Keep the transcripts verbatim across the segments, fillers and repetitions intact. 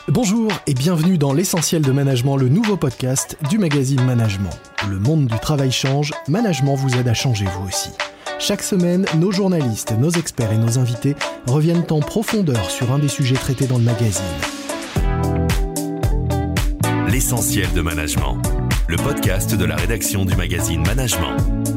Bonjour et bienvenue dans l'Essentiel de Management, le nouveau podcast du magazine Management. Le monde du travail change, Management vous aide à changer vous aussi. Chaque semaine, nos journalistes, nos experts et nos invités reviennent en profondeur sur un des sujets traités dans le magazine. L'Essentiel de Management, le podcast de la rédaction du magazine Management.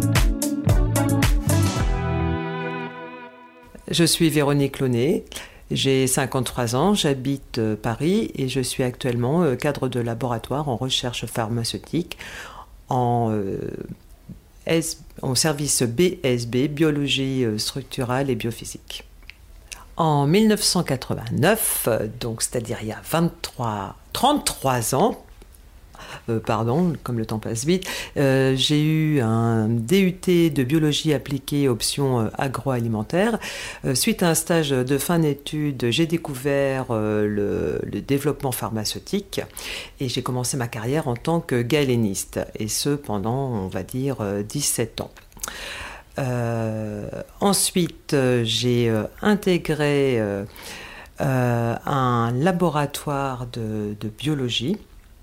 Je suis Véronique Launay, j'ai cinquante-trois ans, j'habite Paris et je suis actuellement cadre de laboratoire en recherche pharmaceutique en, euh, S, en service B S B, biologie structurale et biophysique. En dix-neuf cent quatre-vingt-neuf, donc c'est-à-dire il y a vingt-trois, trente-trois ans, Euh, pardon, comme le temps passe vite, euh, j'ai eu un D U T de biologie appliquée option euh, agroalimentaire. Euh, suite à un stage de fin d'études, j'ai découvert euh, le, le développement pharmaceutique et j'ai commencé ma carrière en tant que galéniste, et ce pendant, on va dire, euh, dix-sept ans. Euh, ensuite, euh, j'ai euh, intégré euh, euh, un laboratoire de, de biologie.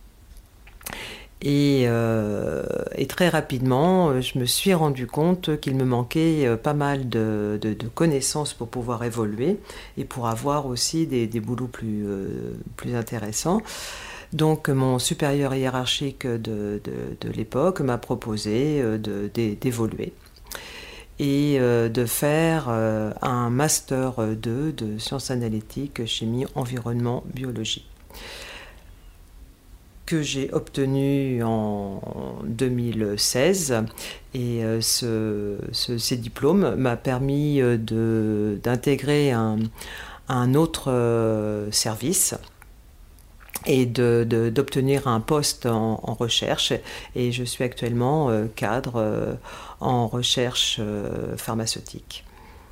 Et, euh, et très rapidement, je me suis rendu compte qu'il me manquait pas mal de, de, de connaissances pour pouvoir évoluer et pour avoir aussi des, des boulots plus, euh, plus intéressants. Donc mon supérieur hiérarchique de, de, de l'époque m'a proposé de, de, d'évoluer et euh, de faire euh, un master deux de sciences analytiques, chimie, environnement, biologie, que j'ai obtenu en deux mille seize, et euh, ce, ce, ces diplômes m'a permis de, d'intégrer un, un autre euh, service et de, de, d'obtenir un poste en, en recherche, et je suis actuellement euh, cadre euh, en recherche euh, pharmaceutique.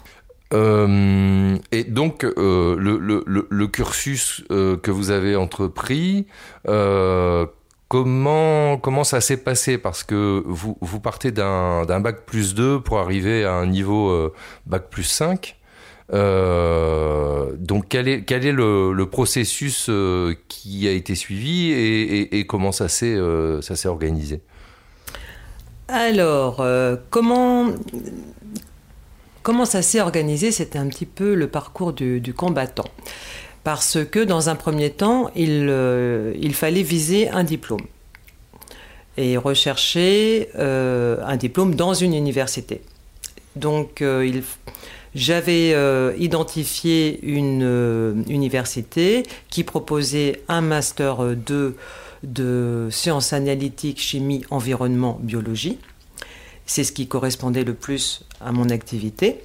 Euh, et donc euh, le, le, le, le cursus euh, que vous avez entrepris, euh, comment, comment ça s'est passé? Parce que vous, vous partez d'un, d'un bac plus deux pour arriver à un niveau euh, bac plus cinq. Euh, donc quel est, quel est le, le processus euh, qui a été suivi et, et, et comment ça s'est, euh, ça s'est organisé? Alors, euh, comment... Comment ça s'est organisé? C'était un petit peu le parcours du, du combattant. Parce que dans un premier temps, il, euh, il fallait viser un diplôme et rechercher euh, un diplôme dans une université. Donc, euh, il, j'avais euh, identifié une euh, université qui proposait un master deux de sciences analytiques, chimie, environnement, biologie. C'est ce qui correspondait le plus à mon activité.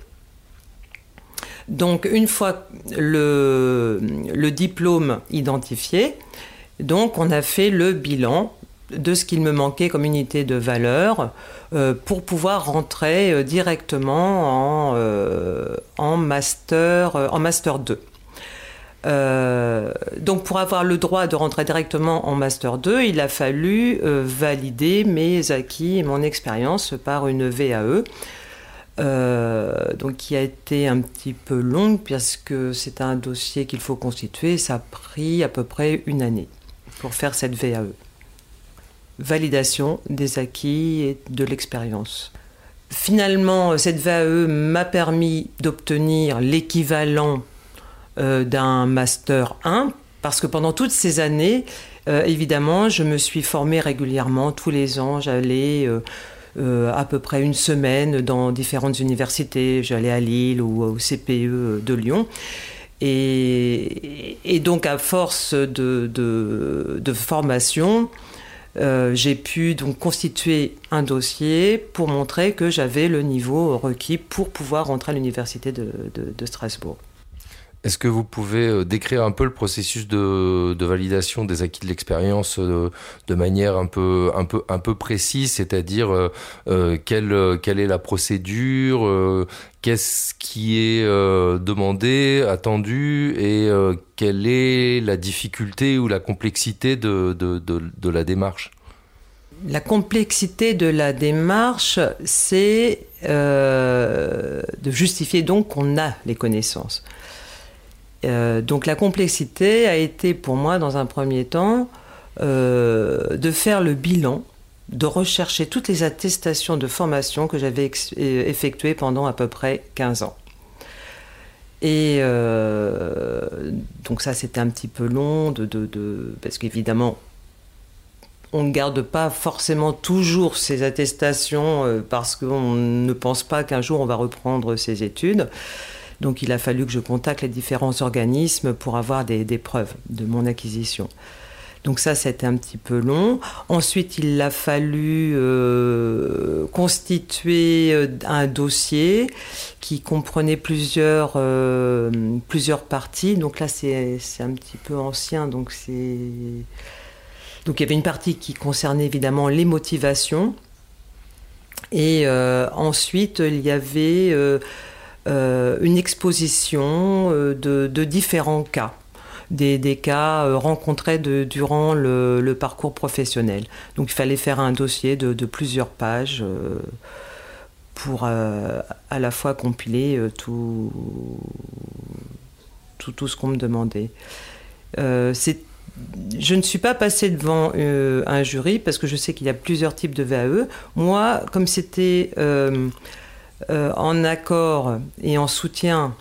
Donc, une fois le, le diplôme identifié, donc on a fait le bilan de ce qu'il me manquait comme unité de valeur euh, pour pouvoir rentrer euh, directement en, euh, en, master, euh, en master deux. Euh, donc pour avoir le droit de rentrer directement en master deux, il a fallu euh, valider mes acquis et mon expérience par une V A E, euh, donc qui a été un petit peu longue puisque c'est un dossier qu'il faut constituer. Ça a pris à peu près une année pour faire cette V A E. Validation des acquis et de l'expérience. Finalement, cette V A E m'a permis d'obtenir l'équivalent Euh, d'un master un, parce que pendant toutes ces années, euh, évidemment, je me suis formée régulièrement. Tous les ans, j'allais euh, euh, à peu près une semaine dans différentes universités. J'allais à Lille ou au C P E de Lyon. Et, et donc, à force de, de, de formation, euh, j'ai pu donc constituer un dossier pour montrer que j'avais le niveau requis pour pouvoir rentrer à l'université de, de, de Strasbourg. Est-ce que vous pouvez décrire un peu le processus de, de validation des acquis de l'expérience de, de manière un peu, un peu, un peu précise, c'est-à-dire euh, quelle, quelle est la procédure, euh, qu'est-ce qui est euh, demandé, attendu, et euh, quelle est la difficulté ou la complexité de, de, de, de la démarche? La complexité de la démarche, c'est euh, de justifier donc qu'on a les connaissances. Euh, donc la complexité a été pour moi, dans un premier temps, euh, de faire le bilan, de rechercher toutes les attestations de formation que j'avais ex- effectuées pendant à peu près quinze ans. Et euh, donc ça, c'était un petit peu long, de, de, de, parce qu'évidemment, on ne garde pas forcément toujours ces attestations euh, parce qu'on ne pense pas qu'un jour on va reprendre ses études. Donc il a fallu que je contacte les différents organismes pour avoir des, des preuves de mon acquisition. Donc ça, c'était un petit peu long. Ensuite, il a fallu euh, constituer un dossier qui comprenait plusieurs, euh, plusieurs parties. Donc là, c'est, c'est un petit peu ancien. Donc, c'est... donc il y avait une partie qui concernait évidemment les motivations. Et euh, ensuite, il y avait euh, euh, une exposition de, de différents cas. Des, des cas rencontrés de, durant le, le parcours professionnel. Donc il fallait faire un dossier de, de plusieurs pages euh, pour euh, à la fois compiler euh, tout, tout, tout ce qu'on me demandait. Euh, c'est, je ne suis pas passée devant euh, un jury parce que je sais qu'il y a plusieurs types de V A E. Moi, comme c'était euh, euh, en accord et en soutien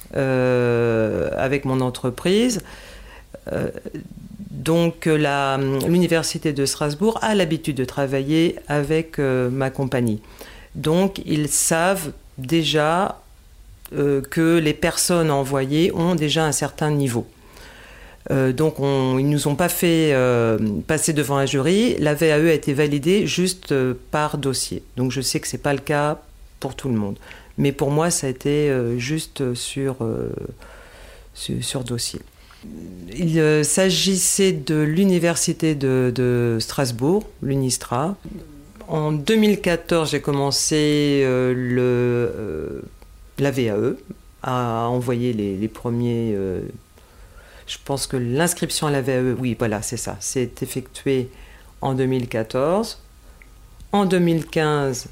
Euh, avec mon entreprise. Euh, donc la, l'université de Strasbourg a l'habitude de travailler avec euh, ma compagnie. Donc ils savent déjà euh, que les personnes envoyées ont déjà un certain niveau. Euh, donc on, ils ne nous ont pas fait euh, passer devant un jury. La V A E a été validée juste euh, par dossier. Donc je sais que ce n'est pas le cas pour tout le monde. Mais pour moi, ça a été euh, juste sur, euh, sur, sur dossier. Il euh, s'agissait de l'université de, de Strasbourg, l'UNISTRA. En deux mille quatorze, j'ai commencé euh, le, euh, la V A E, à envoyer les, les premiers... Euh, je pense que l'inscription à la V A E, oui, voilà, c'est ça, c'est effectué en deux mille quatorze. En deux mille quinze...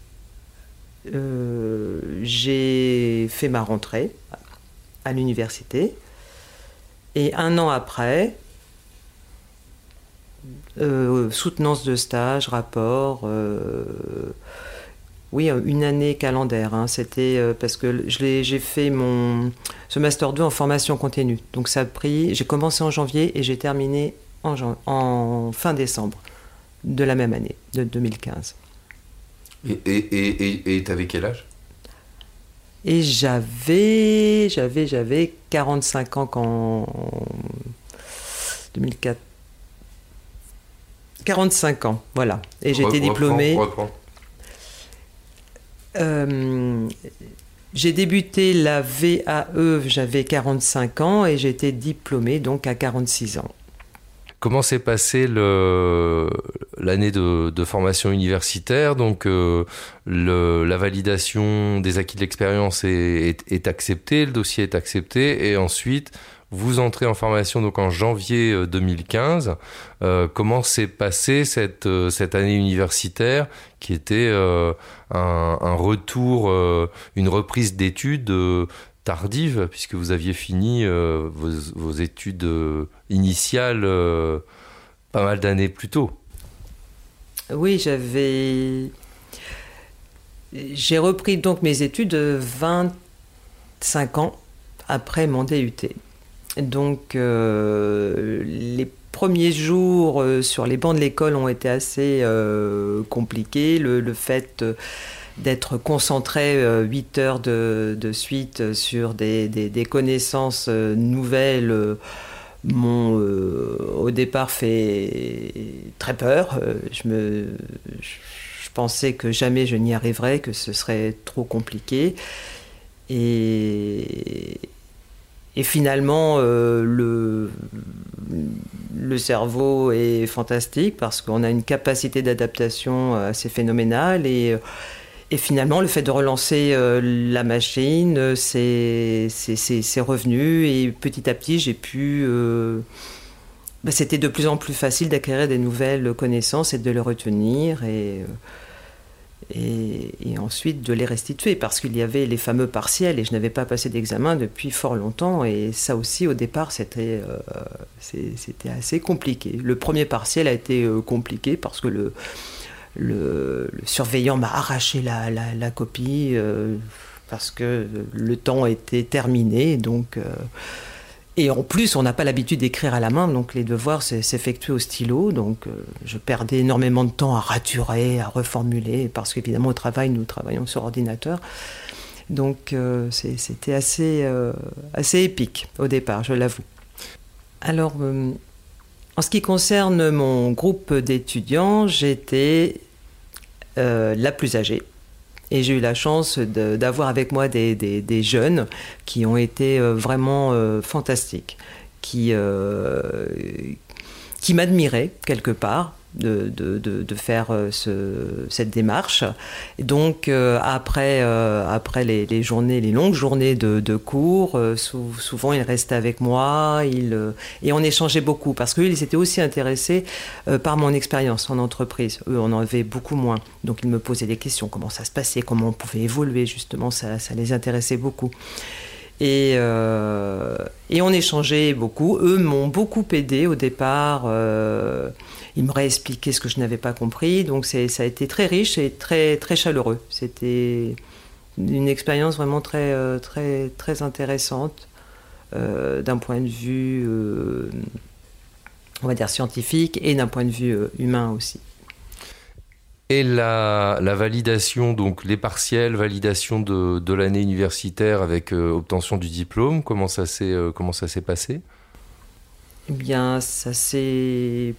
Euh, j'ai fait ma rentrée à l'université et un an après, euh, soutenance de stage, rapport, euh, oui, une année calendaire. Hein, c'était euh, parce que je l'ai, j'ai fait mon, ce master deux en formation continue. Donc ça a pris, j'ai commencé en janvier et j'ai terminé en, en fin décembre de la même année, de deux mille quinze. Et et et t'avais quel âge? Et j'avais, j'avais, j'avais quarante-cinq ans quand... deux mille quatre. quarante-cinq ans, voilà. Et j'étais diplômée... Reprends, reprends. Euh, j'ai débuté la V A E, j'avais quarante-cinq ans et j'étais diplômée donc à quarante-six ans. Comment s'est passée le, l'année de, de formation universitaire? Donc, euh, le, la validation des acquis de l'expérience est, est, est acceptée, le dossier est accepté, et ensuite, vous entrez en formation donc en janvier deux mille quinze. Euh, comment s'est passée cette, cette année universitaire qui était euh, un, un retour, euh, une reprise d'études euh, tardive, puisque vous aviez fini euh, vos, vos études euh, initiales euh, pas mal d'années plus tôt. Oui, j'avais... J'ai repris donc mes études vingt-cinq ans après mon D U T. Donc euh, les premiers jours euh, sur les bancs de l'école ont été assez euh, compliqués. Le, le fait... Euh, d'être concentré euh, huit heures de, de suite sur des, des, des connaissances euh, nouvelles euh, m'ont euh, au départ fait très peur. Euh, je, me, je pensais que jamais je n'y arriverais, que ce serait trop compliqué. Et, et finalement, euh, le, le cerveau est fantastique parce qu'on a une capacité d'adaptation assez phénoménale et Et finalement, le fait de relancer euh, la machine, euh, c'est, c'est, c'est, c'est revenu. Et petit à petit, j'ai pu... Euh, bah, c'était de plus en plus facile d'acquérir des nouvelles connaissances et de les retenir. Et, et, et ensuite de les restituer, parce qu'il y avait les fameux partiels et je n'avais pas passé d'examen depuis fort longtemps, et ça aussi au départ c'était, euh, c'est, c'était assez compliqué. Le premier partiel a été euh, compliqué parce que le, le, le surveillant m'a arraché la, la, la copie euh, parce que le temps était terminé, donc... Euh, Et en plus, on n'a pas l'habitude d'écrire à la main, donc les devoirs s'effectuaient au stylo. Donc euh, je perdais énormément de temps à raturer, à reformuler, parce qu'évidemment au travail, nous travaillons sur ordinateur. Donc euh, c'était assez, euh, assez épique au départ, je l'avoue. Alors, euh, en ce qui concerne mon groupe d'étudiants, j'étais euh, la plus âgée. Et j'ai eu la chance de, d'avoir avec moi des, des, des jeunes qui ont été euh, vraiment euh, fantastiques, qui, euh, qui m'admiraient quelque part de, de, de, de faire euh, ce, cette démarche. Et donc euh, après, euh, après les, les journées, les longues journées de, de cours, euh, sou, souvent ils restaient avec moi, ils, euh, et on échangeait beaucoup parce qu'eux ils étaient aussi intéressés euh, par mon expérience en entreprise. Eux on en avait beaucoup moins, donc ils me posaient des questions, comment ça se passait, comment on pouvait évoluer, justement ça, ça les intéressait beaucoup. Et, euh, et on échangeait beaucoup. Eux m'ont beaucoup aidé au départ. Euh, ils m'auraient expliqué ce que je n'avais pas compris. Donc c'est, ça a été très riche et très, très chaleureux. C'était une expérience vraiment très, très, très intéressante euh, d'un point de vue, euh, on va dire, scientifique et d'un point de vue euh, humain aussi. Et la, la validation, donc les partiels, validation de, de l'année universitaire avec euh, obtention du diplôme, comment ça s'est, euh, comment ça s'est passé ? Eh bien, ça s'est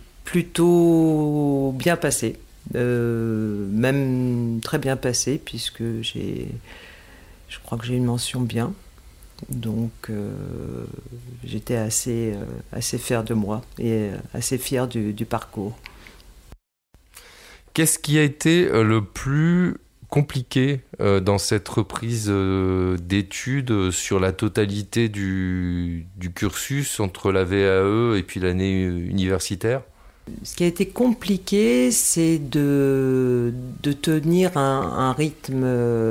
plutôt bien passé, euh, même très bien passé, puisque j'ai, je crois que j'ai une mention bien. Donc, euh, j'étais assez, euh, assez fière de moi et assez fière du, du parcours. Qu'est-ce qui a été le plus compliqué dans cette reprise d'études sur la totalité du, du cursus entre la V A E et puis l'année universitaire ? Ce qui a été compliqué, c'est de, de tenir un, un rythme,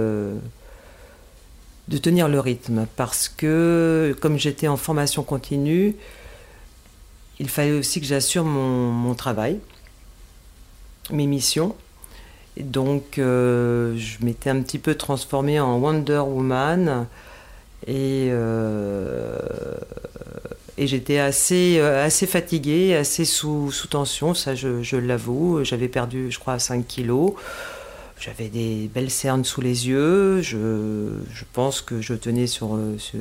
de tenir le rythme, parce que comme j'étais en formation continue, il fallait aussi que j'assure mon, mon travail, mes missions. Et donc euh, je m'étais un petit peu transformée en Wonder Woman et, euh, et j'étais assez, assez fatiguée, assez sous, sous tension, ça je, je l'avoue. J'avais perdu, je crois, cinq kilos. J'avais des belles cernes sous les yeux. Je, je pense que je tenais sur ce...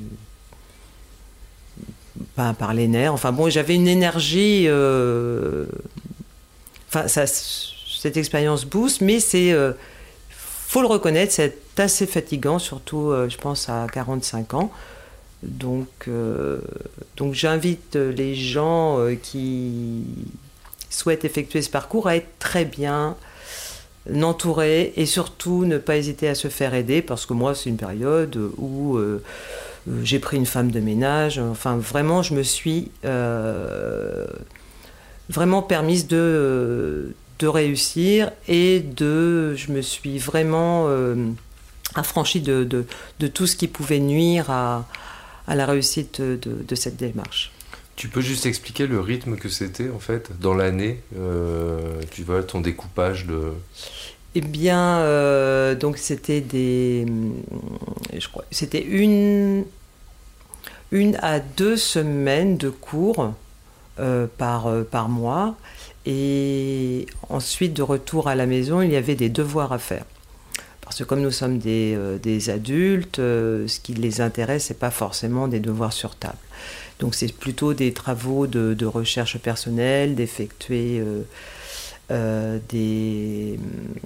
Pas par les nerfs. Enfin bon, j'avais une énergie... Euh, Enfin, ça, cette expérience booste, mais c'est, euh, faut le reconnaître, c'est assez fatigant, surtout, euh, je pense, à quarante-cinq ans. Donc, euh, donc j'invite les gens euh, qui souhaitent effectuer ce parcours à être très bien entourés et surtout ne pas hésiter à se faire aider, parce que moi, c'est une période où euh, j'ai pris une femme de ménage. Enfin, vraiment, je me suis... Euh, vraiment permise de, de réussir et de, je me suis vraiment euh, affranchie de, de, de tout ce qui pouvait nuire à, à la réussite de, de cette démarche. Tu peux juste expliquer le rythme que c'était en fait dans l'année, euh, tu vois, ton découpage de... Eh bien, euh, donc c'était des, je crois, c'était une, une à deux semaines de cours. Euh, par, euh, par mois, et ensuite de retour à la maison il y avait des devoirs à faire, parce que comme nous sommes des, euh, des adultes, euh, ce qui les intéresse c'est pas forcément des devoirs sur table, donc c'est plutôt des travaux de, de recherche personnelle, d'effectuer euh, euh, des...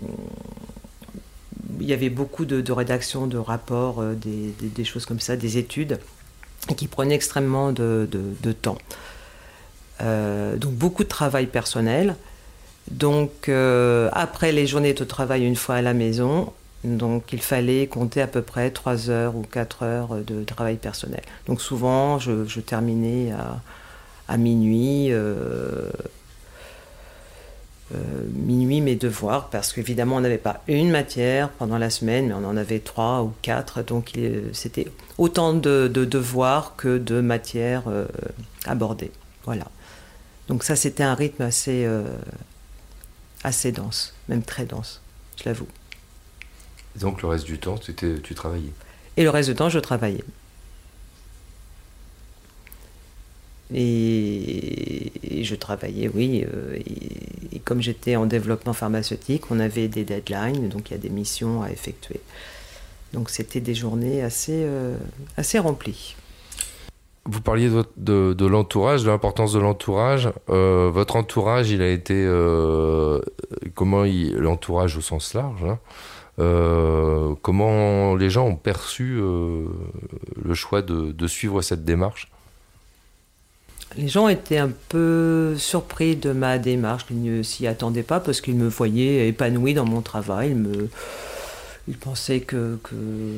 il y avait beaucoup de, de rédaction de rapports, euh, des, des, des choses comme ça, des études qui prenaient extrêmement de, de, de temps. Euh, donc beaucoup de travail personnel. Donc euh, après les journées de travail une fois à la maison, donc il fallait compter à peu près trois heures ou quatre heures de travail personnel. Donc souvent je, je terminais à, à minuit. Euh, euh, minuit mes devoirs, parce qu'évidemment on n'avait pas une matière pendant la semaine, mais on en avait trois ou quatre, donc il, c'était autant de, de devoirs que de matières euh, abordées. Voilà. Donc ça, c'était un rythme assez, euh, assez dense, même très dense, je l'avoue. Donc le reste du temps, tu, étais, tu travaillais? Et le reste du temps, je travaillais. Et, et je travaillais, oui. Euh, et, et comme j'étais en développement pharmaceutique, on avait des deadlines, donc il y a des missions à effectuer. Donc c'était des journées assez, euh, assez remplies. Vous parliez de, votre, de, de l'entourage, de l'importance de l'entourage. Euh, votre entourage, il a été... Euh, comment il, l'entourage au sens large, hein, euh, comment les gens ont perçu euh, le choix de, de suivre cette démarche? Les gens étaient un peu surpris de ma démarche. Ils ne s'y attendaient pas parce qu'ils me voyaient épanoui dans mon travail. Ils, me, ils pensaient que, que,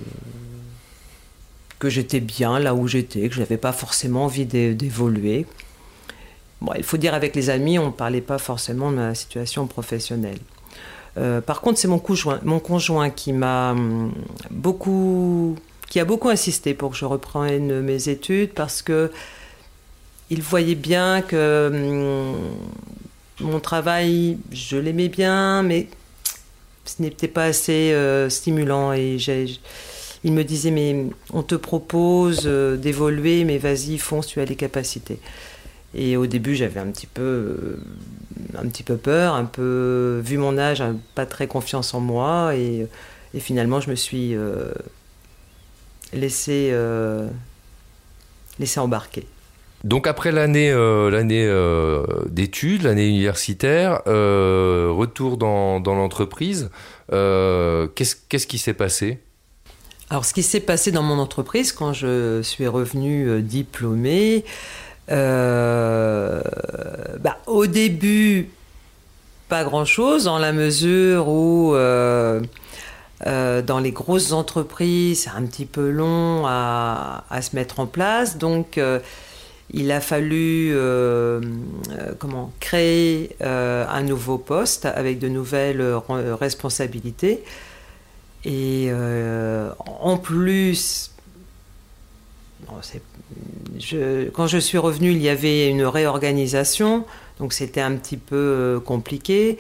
que j'étais bien là où j'étais, que je n'avais pas forcément envie d'évoluer. Bon, il faut dire, avec les amis, on ne parlait pas forcément de ma situation professionnelle. Euh, par contre, c'est mon conjoint, mon conjoint qui m'a beaucoup, qui a beaucoup insisté pour que je reprenne mes études, parce que il voyait bien que hum, mon travail, je l'aimais bien, mais ce n'était pas assez euh, stimulant. Et j'ai, il me disait, mais on te propose euh, d'évoluer, mais vas-y, fonce, tu as les capacités. Et au début, j'avais un petit peu, euh, un petit peu peur, un peu, vu mon âge, pas très confiance en moi. Et, et finalement, je me suis euh, laissé, euh, laissé embarquer. Donc après l'année, euh, l'année euh, d'études, l'année universitaire, euh, retour dans, dans l'entreprise, euh, qu'est-ce, qu'est-ce qui s'est passé? Alors ce qui s'est passé dans mon entreprise, quand je suis revenue euh, diplômée, euh, bah, au début, pas grand-chose, dans la mesure où euh, euh, dans les grosses entreprises, c'est un petit peu long à, à se mettre en place, donc... Euh, il a fallu euh, euh, comment, créer euh, un nouveau poste avec de nouvelles euh, responsabilités. Et euh, en plus, bon, c'est, je, quand je suis revenue, il y avait une réorganisation, donc c'était un petit peu euh, compliqué.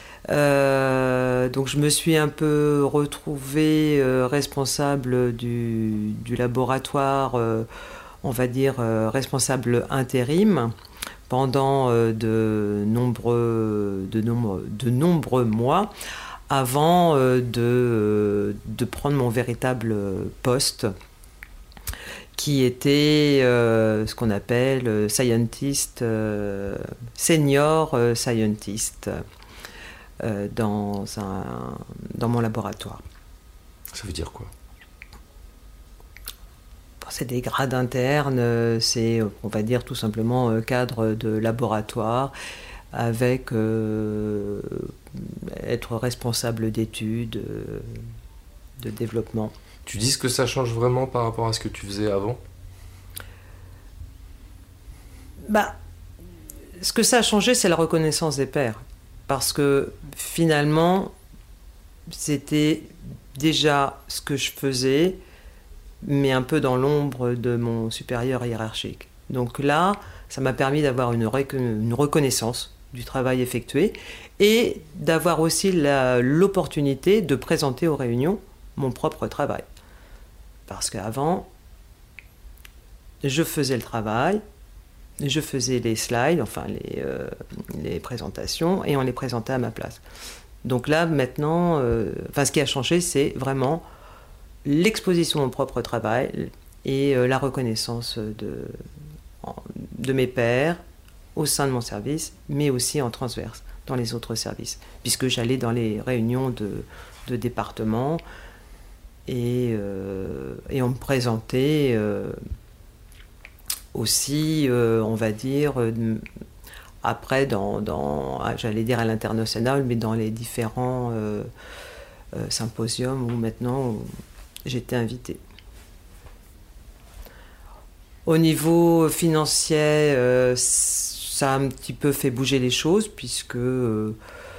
Euh, donc je me suis un peu retrouvée euh, responsable du, du laboratoire, euh, on va dire euh, responsable intérim pendant euh, de, nombreux, de, nombreux, de nombreux mois avant euh, de, de prendre mon véritable poste qui était euh, ce qu'on appelle euh, scientist, euh, senior euh, scientist euh, dans, un, dans mon laboratoire. Ça veut dire quoi ? C'est des grades internes, c'est, on va dire, tout simplement cadre de laboratoire avec euh, être responsable d'études, de développement. Tu dis que ça change vraiment par rapport à ce que tu faisais avant ? Bah, ce que ça a changé, c'est la reconnaissance des pairs. Parce que finalement, c'était déjà ce que je faisais, mais un peu dans l'ombre de mon supérieur hiérarchique. Donc là, ça m'a permis d'avoir une, rec- une reconnaissance du travail effectué et d'avoir aussi la, l'opportunité de présenter aux réunions mon propre travail. Parce qu'avant, je faisais le travail, je faisais les slides, enfin les, euh, les présentations, et on les présentait à ma place. Donc là, maintenant, euh, enfin, ce qui a changé, c'est vraiment l'exposition de mon propre travail et euh, la reconnaissance de, de mes pairs au sein de mon service, mais aussi en transverse dans les autres services, puisque j'allais dans les réunions de, de département et, euh, et on me présentait euh, aussi, euh, on va dire, euh, après, dans, dans, j'allais dire à l'international, mais dans les différents euh, euh, symposiums où maintenant où j'étais invitée. Au niveau financier, euh, ça a un petit peu fait bouger les choses, puisque euh,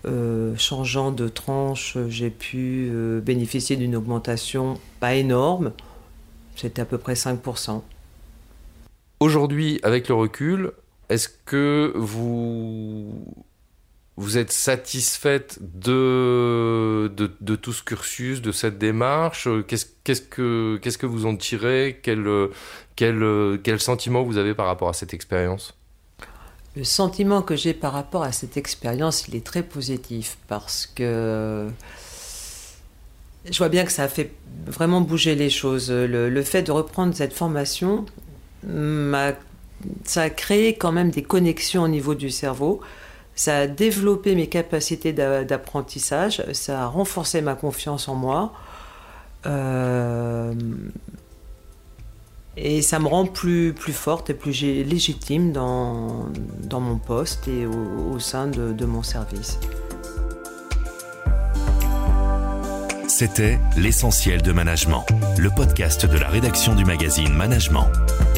euh, changeant de tranche, j'ai pu euh, bénéficier d'une augmentation pas énorme. C'était à peu près cinq pour cent. Aujourd'hui, avec le recul, est-ce que vous, vous êtes satisfaite de, de, de tout ce cursus, de cette démarche ? Qu'est-ce, qu'est-ce, que, qu'est-ce que vous en tirez ? Quel, quel, quel sentiment vous avez par rapport à cette expérience ? Le sentiment que j'ai par rapport à cette expérience, il est très positif parce que je vois bien que ça a fait vraiment bouger les choses. Le, le fait de reprendre cette formation, m'a, ça a créé quand même des connexions au niveau du cerveau. Ça a développé mes capacités d'a, d'apprentissage. Ça a renforcé ma confiance en moi. Euh, et ça me rend plus, plus forte et plus légitime dans, dans mon poste et au, au sein de, de mon service. C'était L'Essentiel de Management, le podcast de la rédaction du magazine Management.